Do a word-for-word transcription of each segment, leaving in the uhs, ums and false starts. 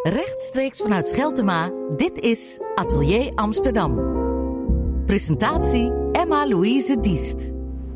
Rechtstreeks vanuit Scheltema, dit is Atelier Amsterdam. Presentatie Emma-Louise Diest.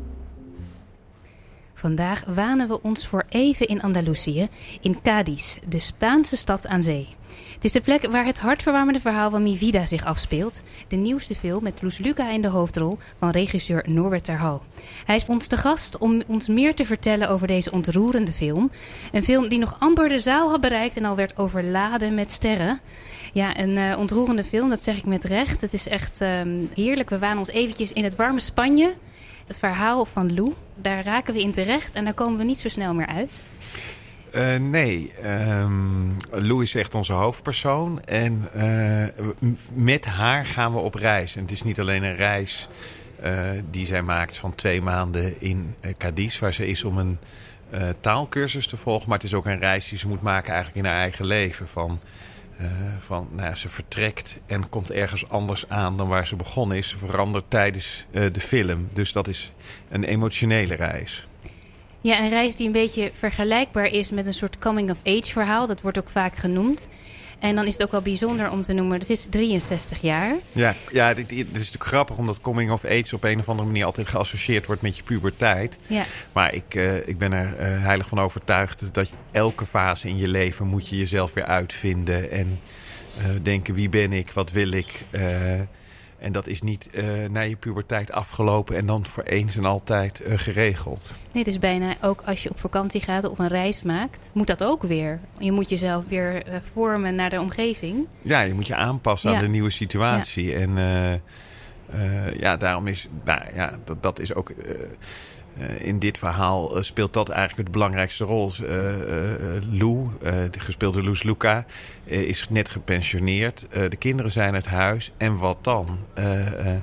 Vandaag wanen we ons voor even in Andalusië, in Cádiz, de Spaanse stad aan zee. Het is de plek waar het hartverwarmende verhaal van Mi Vida zich afspeelt. De nieuwste film met Loes Luca in de hoofdrol van regisseur Norbert Terhal. Hij is ons te gast om ons meer te vertellen over deze ontroerende film. Een film die nog amper de zaal had bereikt en al werd overladen met sterren. Ja, een uh, ontroerende film, dat zeg ik met recht. Het is echt um, heerlijk. We waren ons eventjes in het warme Spanje. Het verhaal van Lou, daar raken we in terecht en daar komen we niet zo snel meer uit. Uh, nee, um, Lou is echt onze hoofdpersoon en uh, met haar gaan we op reis. En het is niet alleen een reis uh, die zij maakt van twee maanden in uh, Cádiz, waar ze is om een uh, taalkursus te volgen. Maar het is ook een reis die ze moet maken eigenlijk in haar eigen leven. Van, uh, van, nou, ze vertrekt en komt ergens anders aan dan waar ze begonnen is. Ze verandert tijdens uh, de film. Dus dat is een emotionele reis. Ja, een reis die een beetje vergelijkbaar is met een soort coming-of-age verhaal. Dat wordt ook vaak genoemd. En dan is het ook wel bijzonder om te noemen, het is drieënzestig jaar. Ja, ja dit, dit is natuurlijk grappig omdat coming-of-age op een of andere manier altijd geassocieerd wordt met je puberteit. Ja. Maar ik, uh, ik ben er uh, heilig van overtuigd dat elke fase in je leven moet je jezelf weer uitvinden. En uh, denken, wie ben ik, wat wil ik... Uh, En dat is niet uh, na je puberteit afgelopen en dan voor eens en altijd uh, geregeld. Nee, het is bijna ook als je op vakantie gaat of een reis maakt, moet dat ook weer. Je moet jezelf weer uh, vormen naar de omgeving. Ja, je moet je aanpassen ja. aan de nieuwe situatie. Ja. En uh, uh, ja, daarom is, nou ja, dat, dat is ook... Uh, Uh, in dit verhaal uh, speelt dat eigenlijk de belangrijkste rol. Uh, uh, Lou, uh, gespeeld door Loes Luca, uh, is net gepensioneerd. Uh, de kinderen zijn uit huis. En wat dan? Uh, uh, uh,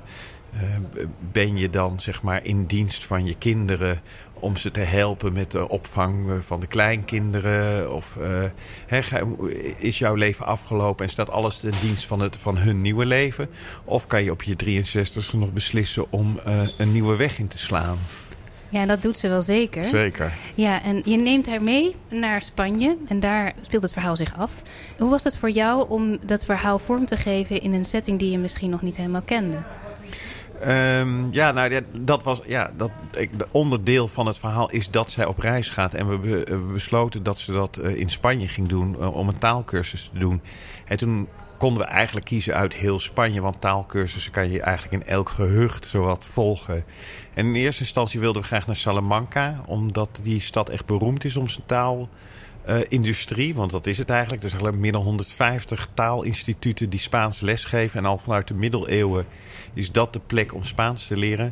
ben je dan zeg maar in dienst van je kinderen om ze te helpen met de opvang van de kleinkinderen? Of uh, he, is jouw leven afgelopen en staat alles in dienst van, het, van hun nieuwe leven? Of kan je op je drieënzestigste nog beslissen om uh, een nieuwe weg in te slaan? Ja, dat doet ze wel zeker. Zeker. Ja, en je neemt haar mee naar Spanje en daar speelt het verhaal zich af. Hoe was het voor jou om dat verhaal vorm te geven in een setting die je misschien nog niet helemaal kende? Um, ja, nou ja, dat was ja, dat ik, de onderdeel van het verhaal is dat zij op reis gaat. En we, be, we besloten dat ze dat uh, in Spanje ging doen uh, om een taalkursus te doen. En toen konden we eigenlijk kiezen uit heel Spanje, want taalkursussen kan je eigenlijk in elk gehucht zowat volgen. En in eerste instantie wilden we graag naar Salamanca, omdat die stad echt beroemd is om zijn taalindustrie. Uh, want dat is het eigenlijk. Er zijn meer dan honderdvijftig taalinstituten die Spaans lesgeven. En al vanuit de middeleeuwen is dat de plek om Spaans te leren.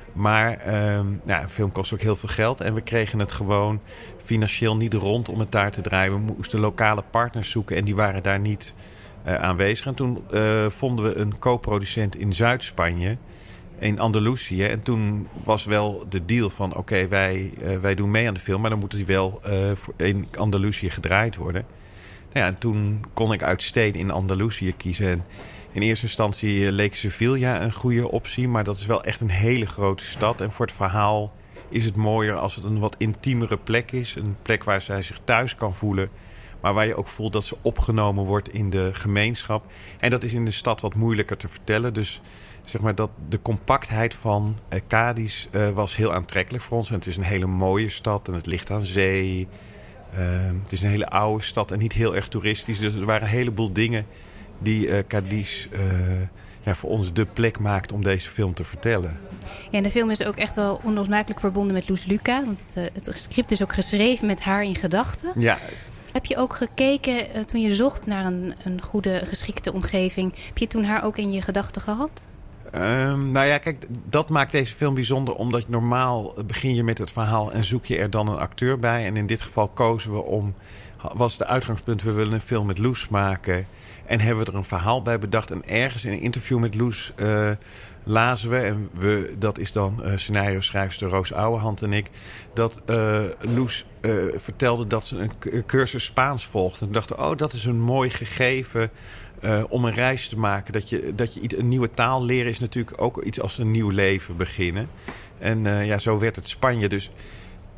Maar um, ja, een film kost ook heel veel geld. En we kregen het gewoon financieel niet rond om het daar te draaien. We moesten lokale partners zoeken en die waren daar niet uh, aanwezig. En toen uh, vonden we een co-producent in Zuid-Spanje, in Andalusië. En toen was wel de deal van oké, okay, wij, uh, wij doen mee aan de film, maar dan moet die wel uh, in Andalusië gedraaid worden. Nou ja, en toen kon ik uit steden in Andalusië kiezen. En in eerste instantie leek Sevilla een goede optie, maar dat is wel echt een hele grote stad. En voor het verhaal is het mooier als het een wat intiemere plek is. Een plek waar zij zich thuis kan voelen, maar waar je ook voelt dat ze opgenomen wordt in de gemeenschap. En dat is in de stad wat moeilijker te vertellen. Dus zeg maar dat de compactheid van uh, Cádiz uh, was heel aantrekkelijk voor ons. En het is een hele mooie stad en het ligt aan zee. Uh, het is een hele oude stad en niet heel erg toeristisch. Dus er waren een heleboel dingen die uh, Cádiz uh, ja, voor ons de plek maakt om deze film te vertellen. Ja, en de film is ook echt wel onlosmakelijk verbonden met Loes Luca. Want het, uh, het script is ook geschreven met haar in gedachten. Ja. Heb je ook gekeken, uh, toen je zocht naar een, een goede, geschikte omgeving, heb je toen haar ook in je gedachten gehad? Um, nou ja, kijk, dat maakt deze film bijzonder, omdat normaal begin je met het verhaal en zoek je er dan een acteur bij. En in dit geval kozen we om, was het uitgangspunt, we willen een film met Loes maken. En hebben we er een verhaal bij bedacht. En ergens in een interview met Loes uh, lazen we, en we, dat is dan uh, scenario-schrijfster Roos Ouwehand en ik, dat uh, Loes uh, vertelde dat ze een cursus Spaans volgt. En we dachten, oh, dat is een mooi gegeven Uh, om een reis te maken. Dat je, dat je iets, een nieuwe taal leren is natuurlijk ook iets als een nieuw leven beginnen. En uh, ja, zo werd het Spanje. Dus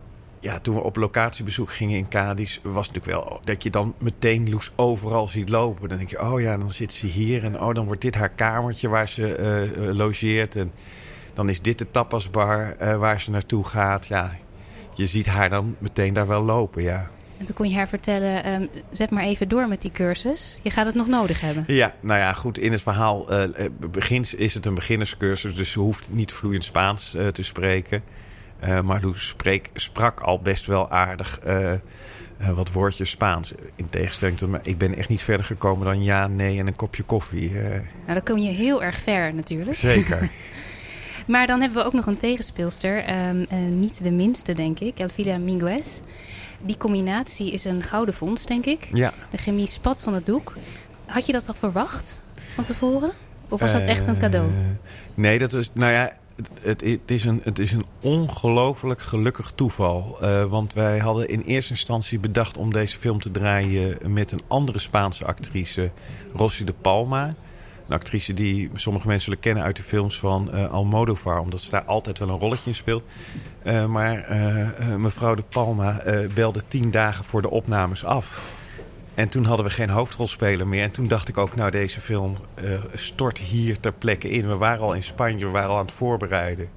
ja, toen we op locatiebezoek gingen in Cadiz, was het natuurlijk wel dat je dan meteen Loes overal ziet lopen. Dan denk je, oh ja, dan zit ze hier en oh, dan wordt dit haar kamertje waar ze uh, logeert. En dan is dit de tapasbar uh, waar ze naartoe gaat. Ja, je ziet haar dan meteen daar wel lopen, ja. En toen kon je haar vertellen, um, zet maar even door met die cursus. Je gaat het nog nodig hebben. Ja, nou ja, goed. In het verhaal uh, begins is het een beginnerscursus. Dus ze hoeft niet vloeiend Spaans uh, te spreken. Uh, maar Loes spreek, sprak al best wel aardig uh, uh, wat woordjes Spaans. In tegenstelling tot me, ik ben echt niet verder gekomen dan ja, nee en een kopje koffie. Uh. Nou, dan kom je heel erg ver natuurlijk. Zeker. Maar dan hebben we ook nog een tegenspeelster. Um, uh, niet de minste, denk ik. Elvira Minguez. Die combinatie is een gouden vondst, denk ik. Ja. De chemie spat van het doek. Had je dat al verwacht van tevoren? Of was dat uh, echt een cadeau? Nee, dat was... Nou ja, het, het, is, een, het is een ongelooflijk gelukkig toeval. Uh, want wij hadden in eerste instantie bedacht om deze film te draaien met een andere Spaanse actrice, Rosy de Palma. Een actrice die sommige mensen zullen kennen uit de films van uh, Almodovar, omdat ze daar altijd wel een rolletje in speelt. Uh, maar uh, uh, mevrouw de Palma uh, belde tien dagen voor de opnames af. En toen hadden we geen hoofdrolspeler meer. En toen dacht ik ook, nou, deze film uh, stort hier ter plekke in. We waren al in Spanje, we waren al aan het voorbereiden.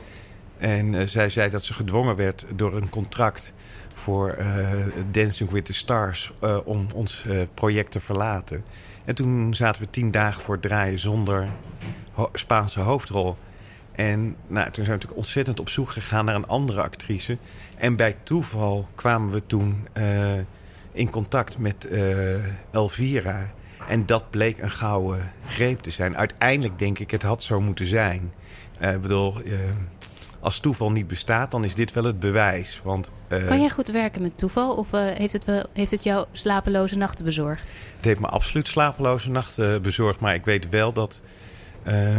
En uh, zij zei dat ze gedwongen werd door een contract voor uh, Dancing with the Stars uh, om ons uh, project te verlaten. En toen zaten we tien dagen voor het draaien zonder ho- Spaanse hoofdrol. En nou, toen zijn we natuurlijk ontzettend op zoek gegaan naar een andere actrice. En bij toeval kwamen we toen uh, in contact met uh, Elvira. En dat bleek een gouden greep te zijn. Uiteindelijk denk ik, het had zo moeten zijn. Uh, ik bedoel, uh, als toeval niet bestaat, dan is dit wel het bewijs. Want, uh, kan jij goed werken met toeval? Of uh, heeft, het wel, heeft het jou slapeloze nachten bezorgd? Het heeft me absoluut slapeloze nachten bezorgd. Maar ik weet wel dat uh,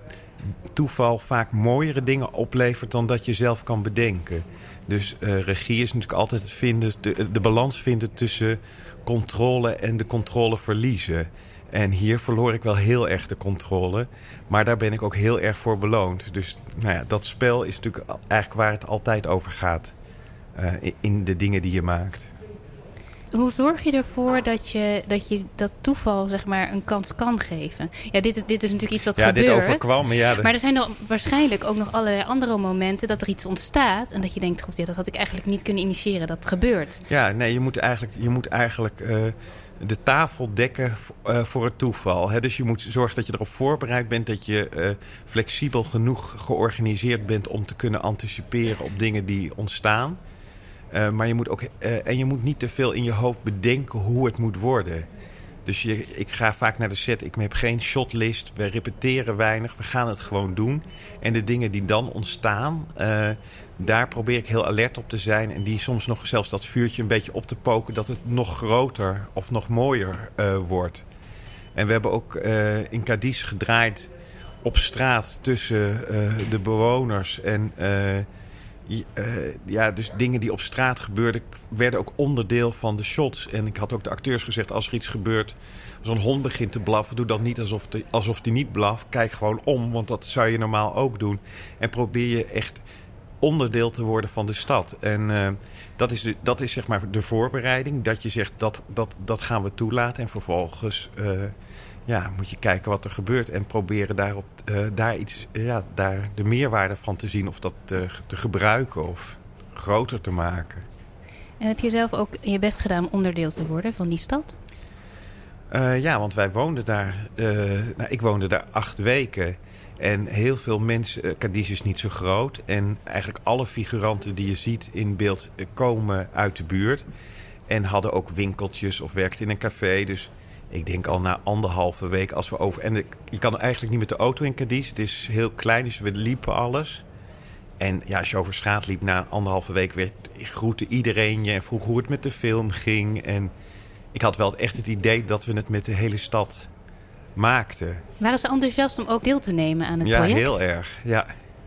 toeval vaak mooiere dingen oplevert dan dat je zelf kan bedenken. Dus uh, regie is natuurlijk altijd het vinden, de, de balans vinden tussen controle en de controle verliezen. En hier verloor ik wel heel erg de controle. Maar daar ben ik ook heel erg voor beloond. Dus nou ja, dat spel is natuurlijk eigenlijk waar het altijd over gaat. Uh, in de dingen die je maakt. Hoe zorg je ervoor dat je dat, je dat toeval zeg maar een kans kan geven? Ja, dit, dit is natuurlijk iets wat ja, gebeurt. Dit overkwam, ja, de... Maar er zijn er waarschijnlijk ook nog allerlei andere momenten dat er iets ontstaat. En dat je denkt, goed, ja, dat had ik eigenlijk niet kunnen initiëren. Dat gebeurt. Ja, nee, je moet eigenlijk, je moet eigenlijk uh, de tafel dekken uh, voor het toeval. Hè? Dus je moet zorgen dat je erop voorbereid bent. Dat je uh, flexibel genoeg georganiseerd bent om te kunnen anticiperen op dingen die ontstaan. Uh, maar je moet ook, uh, en je moet niet te veel in je hoofd bedenken hoe het moet worden. Dus je, ik ga vaak naar de set. Ik heb geen shotlist. We repeteren weinig. We gaan het gewoon doen. En de dingen die dan ontstaan, uh, daar probeer ik heel alert op te zijn. En die soms nog zelfs dat vuurtje een beetje op te poken, dat het nog groter of nog mooier uh, wordt. En we hebben ook uh, in Cadiz gedraaid op straat tussen uh, de bewoners en... Uh, Uh, ja, dus dingen die op straat gebeurden, werden ook onderdeel van de shots. En ik had ook de acteurs gezegd, als er iets gebeurt, als een hond begint te blaffen, doe dat niet alsof die, alsof die niet blaft. Kijk gewoon om, want dat zou je normaal ook doen. En probeer je echt onderdeel te worden van de stad. En uh, dat is, de, dat is zeg maar de voorbereiding. Dat je zegt, dat, dat, dat gaan we toelaten. En vervolgens uh, ja, moet je kijken wat er gebeurt. En proberen daarop, uh, daar, iets, ja, daar de meerwaarde van te zien. Of dat uh, te gebruiken of groter te maken. En heb je zelf ook je best gedaan om onderdeel te worden van die stad? Uh, ja, want wij woonden daar... Uh, nou, ik woonde daar acht weken... En heel veel mensen, Cadiz is niet zo groot. En eigenlijk alle figuranten die je ziet in beeld komen uit de buurt. En hadden ook winkeltjes of werkten in een café. Dus ik denk al na anderhalve week als we over... En de, je kan eigenlijk niet met de auto in Cadiz. Het is heel klein, dus we liepen alles. En ja, als je over straat liep na anderhalve week... Werd, groette iedereen je en vroeg hoe het met de film ging. En ik had wel echt het idee dat we het met de hele stad... maakte. Waren ze enthousiast om ook deel te nemen aan het ja, project? Ja, heel erg. Ja,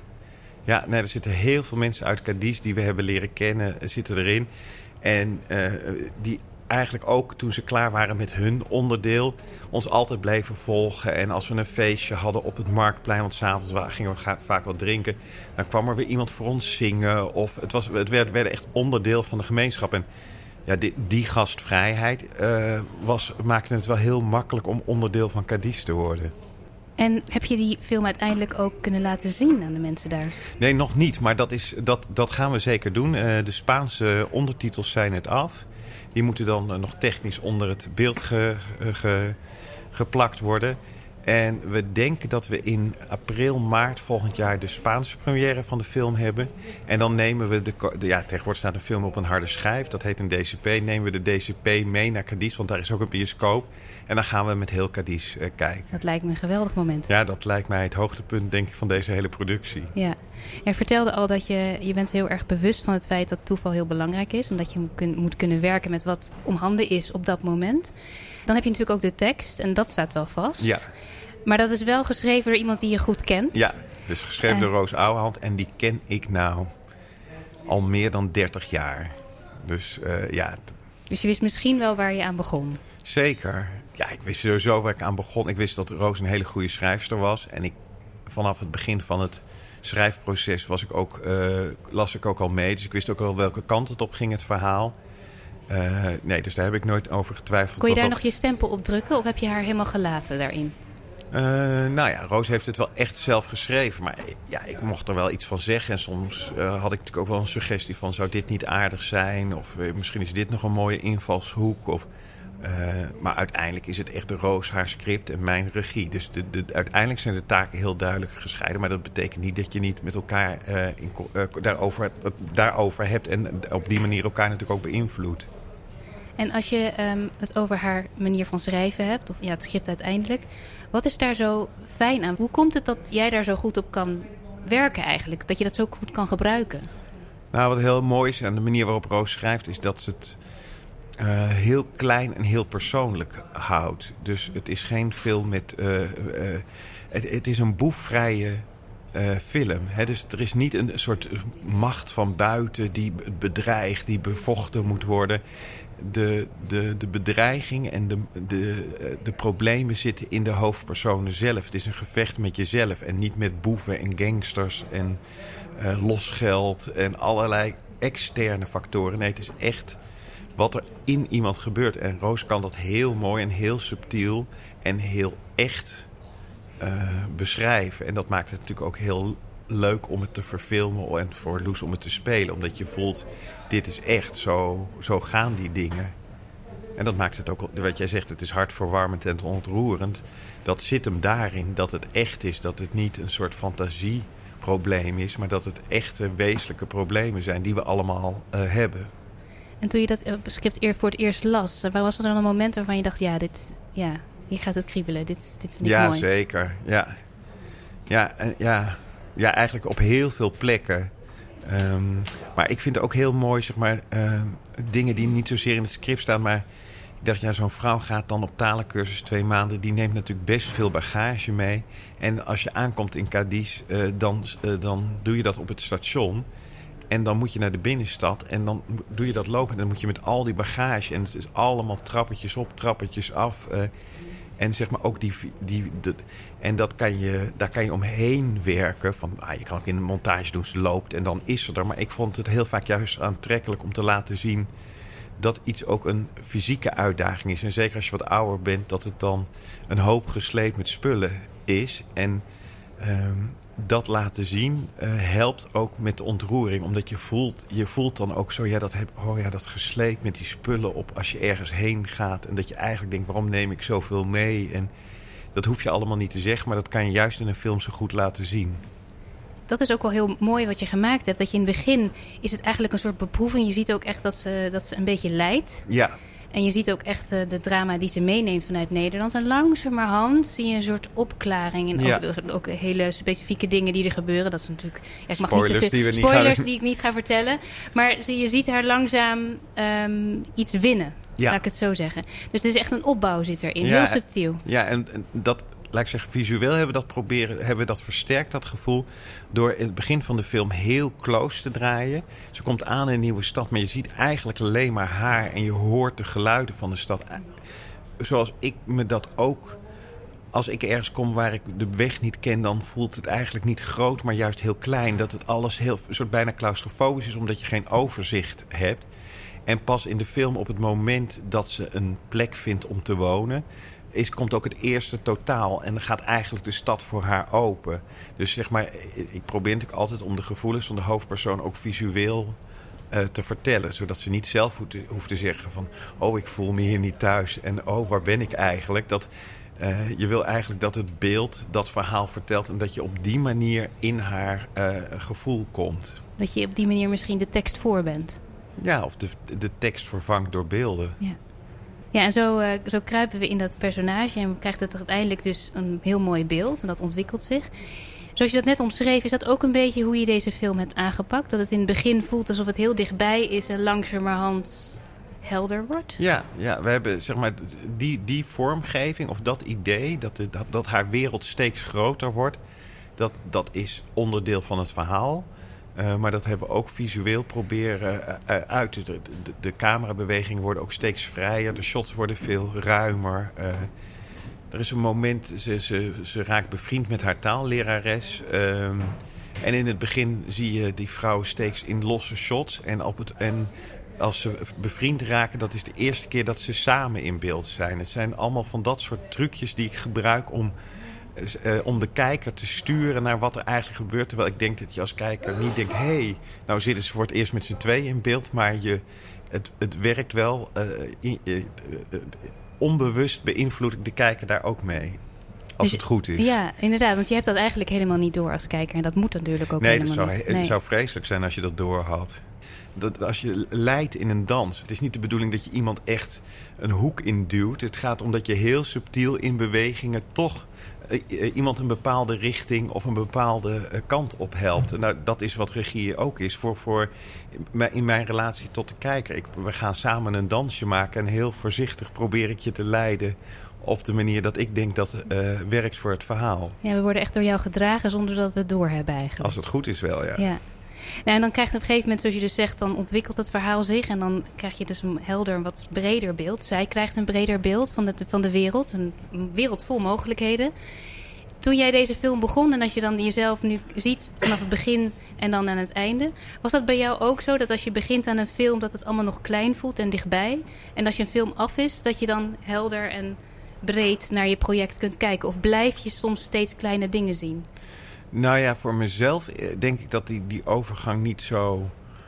ja nee, er zitten heel veel mensen uit Cadiz die we hebben leren kennen, zitten erin. En uh, die eigenlijk ook toen ze klaar waren met hun onderdeel ons altijd bleven volgen. En als we een feestje hadden op het Marktplein, want s'avonds gingen we vaak wat drinken, dan kwam er weer iemand voor ons zingen. Of het, was, het werd, werd echt onderdeel van de gemeenschap. En ja, die, die gastvrijheid uh, was, maakte het wel heel makkelijk om onderdeel van Cadiz te worden. En heb je die film uiteindelijk ook kunnen laten zien aan de mensen daar? Nee, nog niet. Maar dat, is, dat, dat gaan we zeker doen. Uh, de Spaanse ondertitels zijn net af. Die moeten dan uh, nog technisch onder het beeld ge, ge, geplakt worden. En we denken dat we in april, maart volgend jaar de Spaanse première van de film hebben. En dan nemen we de... de ja, tegenwoordig staat een film op een harde schijf. Dat heet een D C P. Nemen we de D C P mee naar Cadiz, want daar is ook een bioscoop. En dan gaan we met heel Cadiz uh, kijken. Dat lijkt me een geweldig moment. Ja, dat lijkt mij het hoogtepunt, denk ik, van deze hele productie. Ja. Jij vertelde al dat je, je bent heel erg bewust van het feit dat toeval heel belangrijk is. En dat je kun, moet kunnen werken met wat om handen is op dat moment. Dan heb je natuurlijk ook de tekst. En dat staat wel vast. Ja. Maar dat is wel geschreven door iemand die je goed kent. Ja, dus geschreven uh. door Roos Ouwehand. En die ken ik nou al meer dan dertig jaar. Dus uh, ja. Dus je wist misschien wel waar je aan begon? Zeker. Ja, ik wist sowieso waar ik aan begon. Ik wist dat Roos een hele goede schrijfster was. En ik, vanaf het begin van het schrijfproces was ik ook, uh, las ik ook al mee. Dus ik wist ook al welke kant het op ging, het verhaal. Uh, nee, dus daar heb ik nooit over getwijfeld. Kon je daar dat nog je stempel op drukken of heb je haar helemaal gelaten daarin? Uh, nou ja, Roos heeft het wel echt zelf geschreven. Maar ja, ik mocht er wel iets van zeggen. En soms uh, had ik natuurlijk ook wel een suggestie van... zou dit niet aardig zijn? Of uh, misschien is dit nog een mooie invalshoek. Of, uh, maar uiteindelijk is het echt de Roos haar script en mijn regie. Dus de, de, uiteindelijk zijn de taken heel duidelijk gescheiden. Maar dat betekent niet dat je niet met elkaar uh, in, uh, daarover, uh, daarover hebt... en op die manier elkaar natuurlijk ook beïnvloedt. En als je um, het over haar manier van schrijven hebt... of ja, het script uiteindelijk... wat is daar zo fijn aan? Hoe komt het dat jij daar zo goed op kan werken eigenlijk? Dat je dat zo goed kan gebruiken? Nou, wat heel mooi is aan de manier waarop Roos schrijft... is dat ze het uh, heel klein en heel persoonlijk houdt. Dus het is geen film met... Uh, uh, het, het is een boefvrije uh, film. Hè? Dus er is niet een soort macht van buiten die bedreigt... die bevochten moet worden... De, de, de bedreiging en de, de, de problemen zitten in de hoofdpersonen zelf. Het is een gevecht met jezelf en niet met boeven en gangsters en uh, losgeld en allerlei externe factoren. Nee, het is echt wat er in iemand gebeurt. En Roos kan dat heel mooi en heel subtiel en heel echt uh, beschrijven. En dat maakt het natuurlijk ook heel leuk om het te verfilmen en voor Loes om het te spelen. Omdat je voelt, dit is echt, zo, zo gaan die dingen. En dat maakt het ook, wat jij zegt, het is hartverwarmend en ontroerend. Dat zit hem daarin, dat het echt is. Dat het niet een soort fantasieprobleem is, maar dat het echte wezenlijke problemen zijn die we allemaal uh, hebben. En toen je dat script voor het eerst las, waar was er dan een moment waarvan je dacht, ja, dit, ja hier gaat het kriebelen, dit, dit vind ik ja, mooi. Zeker. Ja, ja, uh, ja. Ja, eigenlijk op heel veel plekken. Um, maar ik vind het ook heel mooi, zeg maar, uh, dingen die niet zozeer in het script staan. Maar ik dacht, ja, zo'n vrouw gaat dan op talencursus twee maanden. Die neemt natuurlijk best veel bagage mee. En als je aankomt in Cadiz, uh, dan, uh, dan doe je dat op het station. En dan moet je naar de binnenstad. En dan doe je dat lopen. En dan moet je met al die bagage. En het is allemaal trappetjes op, trappetjes af. Uh, En zeg maar ook die... die de, en dat kan je, daar kan je omheen werken. Van, ah, je kan ook in de montage doen, ze loopt en dan is ze er. Maar ik vond het heel vaak juist aantrekkelijk om te laten zien... dat iets ook een fysieke uitdaging is. En zeker als je wat ouder bent, dat het dan een hoop gesleept met spullen is. En um, dat laten zien uh, helpt ook met de ontroering. Omdat je voelt, je voelt dan ook zo, ja, dat, heb, oh ja, dat gesleept met die spullen op als je ergens heen gaat. En dat je eigenlijk denkt, waarom neem ik zoveel mee? En dat hoef je allemaal niet te zeggen, maar dat kan je juist in een film zo goed laten zien. Dat is ook wel heel mooi wat je gemaakt hebt. Dat je in het begin is het eigenlijk een soort beproeving. Je ziet ook echt dat ze, dat ze een beetje lijdt. Ja. En je ziet ook echt uh, de drama die ze meeneemt vanuit Nederland. En langzamerhand zie je een soort opklaring. En ja. ook, ook hele specifieke dingen die er gebeuren. Dat is natuurlijk... Ja, ik mag spoilers, niet te veel, die, we niet spoilers gaan... die ik niet ga vertellen. Maar je ziet haar langzaam um, iets winnen. Ja. Laat ik het zo zeggen. Dus het is echt een opbouw zit erin. Ja, heel subtiel. Ja, en, en dat laat ik zeggen, visueel hebben we dat proberen, hebben we dat versterkt, dat gevoel, door in het begin van de film heel close te draaien. Ze komt aan in een nieuwe stad, maar je ziet eigenlijk alleen maar haar en je hoort de geluiden van de stad. Zoals ik me dat ook, als ik ergens kom waar ik de weg niet ken, dan voelt het eigenlijk niet groot, maar juist heel klein. Dat het alles heel, een soort bijna claustrofobisch is, omdat je geen overzicht hebt. En pas in de film, op het moment dat ze een plek vindt om te wonen, is, komt ook het eerste totaal. En dan gaat eigenlijk de stad voor haar open. Dus zeg maar, ik probeer natuurlijk altijd om de gevoelens van de hoofdpersoon ook visueel uh, te vertellen. Zodat ze niet zelf hoeft te, hoeft te zeggen van, oh, ik voel me hier niet thuis. En oh, waar ben ik eigenlijk? Dat, uh, je wil eigenlijk dat het beeld dat verhaal vertelt. En dat je op die manier in haar uh, gevoel komt. Dat je op die manier misschien de tekst voor bent. Ja, of de, de tekst vervangt door beelden. Ja, ja en zo, uh, zo kruipen we in dat personage en krijgt het uiteindelijk dus een heel mooi beeld. En dat ontwikkelt zich. Zoals je dat net omschreef, is dat ook een beetje hoe je deze film hebt aangepakt? Dat het in het begin voelt alsof het heel dichtbij is en langzamerhand helder wordt? Ja, ja, we hebben zeg maar die, die vormgeving of dat idee dat, de, dat, dat haar wereld steeds groter wordt, dat, dat is onderdeel van het verhaal. Uh, maar dat hebben we ook visueel proberen uh, uit. De, de, de camerabewegingen worden ook steeds vrijer. De shots worden veel ruimer. Uh, er is een moment, ze, ze, ze raakt bevriend met haar taallerares. Uh, en in het begin zie je die vrouw steeds in losse shots. En, op het, en als ze bevriend raken, dat is de eerste keer dat ze samen in beeld zijn. Het zijn allemaal van dat soort trucjes die ik gebruik om... Uh, om de kijker te sturen naar wat er eigenlijk gebeurt. Terwijl ik denk dat je als kijker niet denkt, hé, hey, nou zitten ze voor het eerst met z'n tweeën in beeld. Maar je, het, het werkt wel. Uh, in, uh, uh, uh, onbewust beïnvloed ik de kijker daar ook mee. Als dus, het goed is. Ja, inderdaad. Want je hebt dat eigenlijk helemaal niet door als kijker. En dat moet natuurlijk ook nee, helemaal dat zou, niet. Nee, het zou vreselijk zijn als je dat door had. Dat als je leidt in een dans. Het is niet de bedoeling dat je iemand echt een hoek induwt. Het gaat om dat je heel subtiel in bewegingen toch uh, iemand een bepaalde richting of een bepaalde uh, kant op helpt. En nou, dat is wat regie ook is voor, voor in mijn relatie tot de kijker. Ik, we gaan samen een dansje maken en heel voorzichtig probeer ik je te leiden op de manier dat ik denk dat uh, werkt voor het verhaal. Ja, we worden echt door jou gedragen zonder dat we het doorhebben eigenlijk. Als het goed is wel, ja. Ja. Nou, en dan krijgt op een gegeven moment, zoals je dus zegt, dan ontwikkelt het verhaal zich. En dan krijg je dus een helder, een wat breder beeld. Zij krijgt een breder beeld van de, van de wereld. Een wereld vol mogelijkheden. Toen jij deze film begon en als je dan jezelf nu ziet vanaf het begin en dan aan het einde. Was dat bij jou ook zo, dat als je begint aan een film, dat het allemaal nog klein voelt en dichtbij? En als je een film af is, dat je dan helder en breed naar je project kunt kijken? Of blijf je soms steeds kleine dingen zien? Nou ja, voor mezelf denk ik dat die, die overgang niet zo...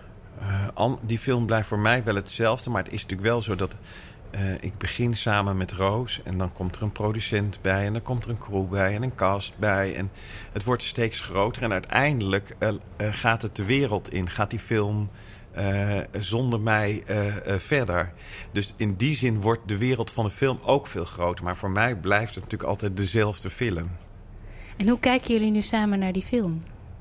Uh, an, die film blijft voor mij wel hetzelfde. Maar het is natuurlijk wel zo dat uh, ik begin samen met Roos. En dan komt er een producent bij. En dan komt er een crew bij. En een cast bij. En het wordt steeds groter. En uiteindelijk uh, uh, gaat het de wereld in. Gaat die film uh, zonder mij uh, uh, verder. Dus in die zin wordt de wereld van de film ook veel groter. Maar voor mij blijft het natuurlijk altijd dezelfde film. En hoe kijken jullie nu samen naar die film?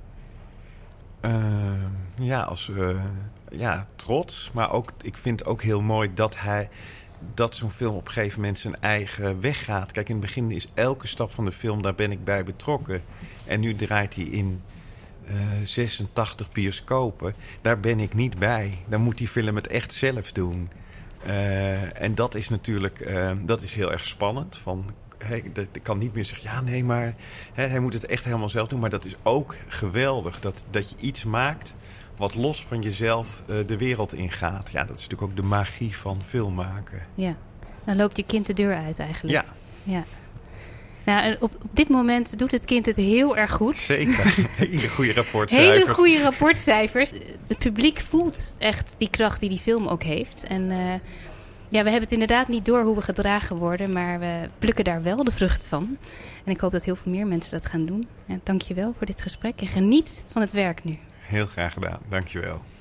Uh, ja, als uh, ja, trots. Maar ook, ik vind het ook heel mooi dat hij dat zo'n film op een gegeven moment zijn eigen weg gaat. Kijk, in het begin is elke stap van de film, daar ben ik bij betrokken. En nu draait hij in uh, zesentachtig bioscopen. Daar ben ik niet bij. Dan moet die film het echt zelf doen. Uh, en dat is natuurlijk uh, dat is heel erg spannend. Van, Hey, ik kan niet meer zeggen, ja nee, maar hè, hij moet het echt helemaal zelf doen. Maar dat is ook geweldig, dat, dat je iets maakt wat los van jezelf uh, de wereld ingaat. Ja, dat is natuurlijk ook de magie van film maken. Ja, dan loopt je kind de deur uit eigenlijk. Ja. Ja. Nou, op, op dit moment doet het kind het heel erg goed. Zeker, hele goede rapportcijfers. Hele goede rapportcijfers. Het publiek voelt echt die kracht die die film ook heeft. En... Uh, Ja, we hebben het inderdaad niet door hoe we gedragen worden, maar we plukken daar wel de vruchten van. En ik hoop dat heel veel meer mensen dat gaan doen. En dank je wel voor dit gesprek en geniet van het werk nu. Heel graag gedaan, dank je wel.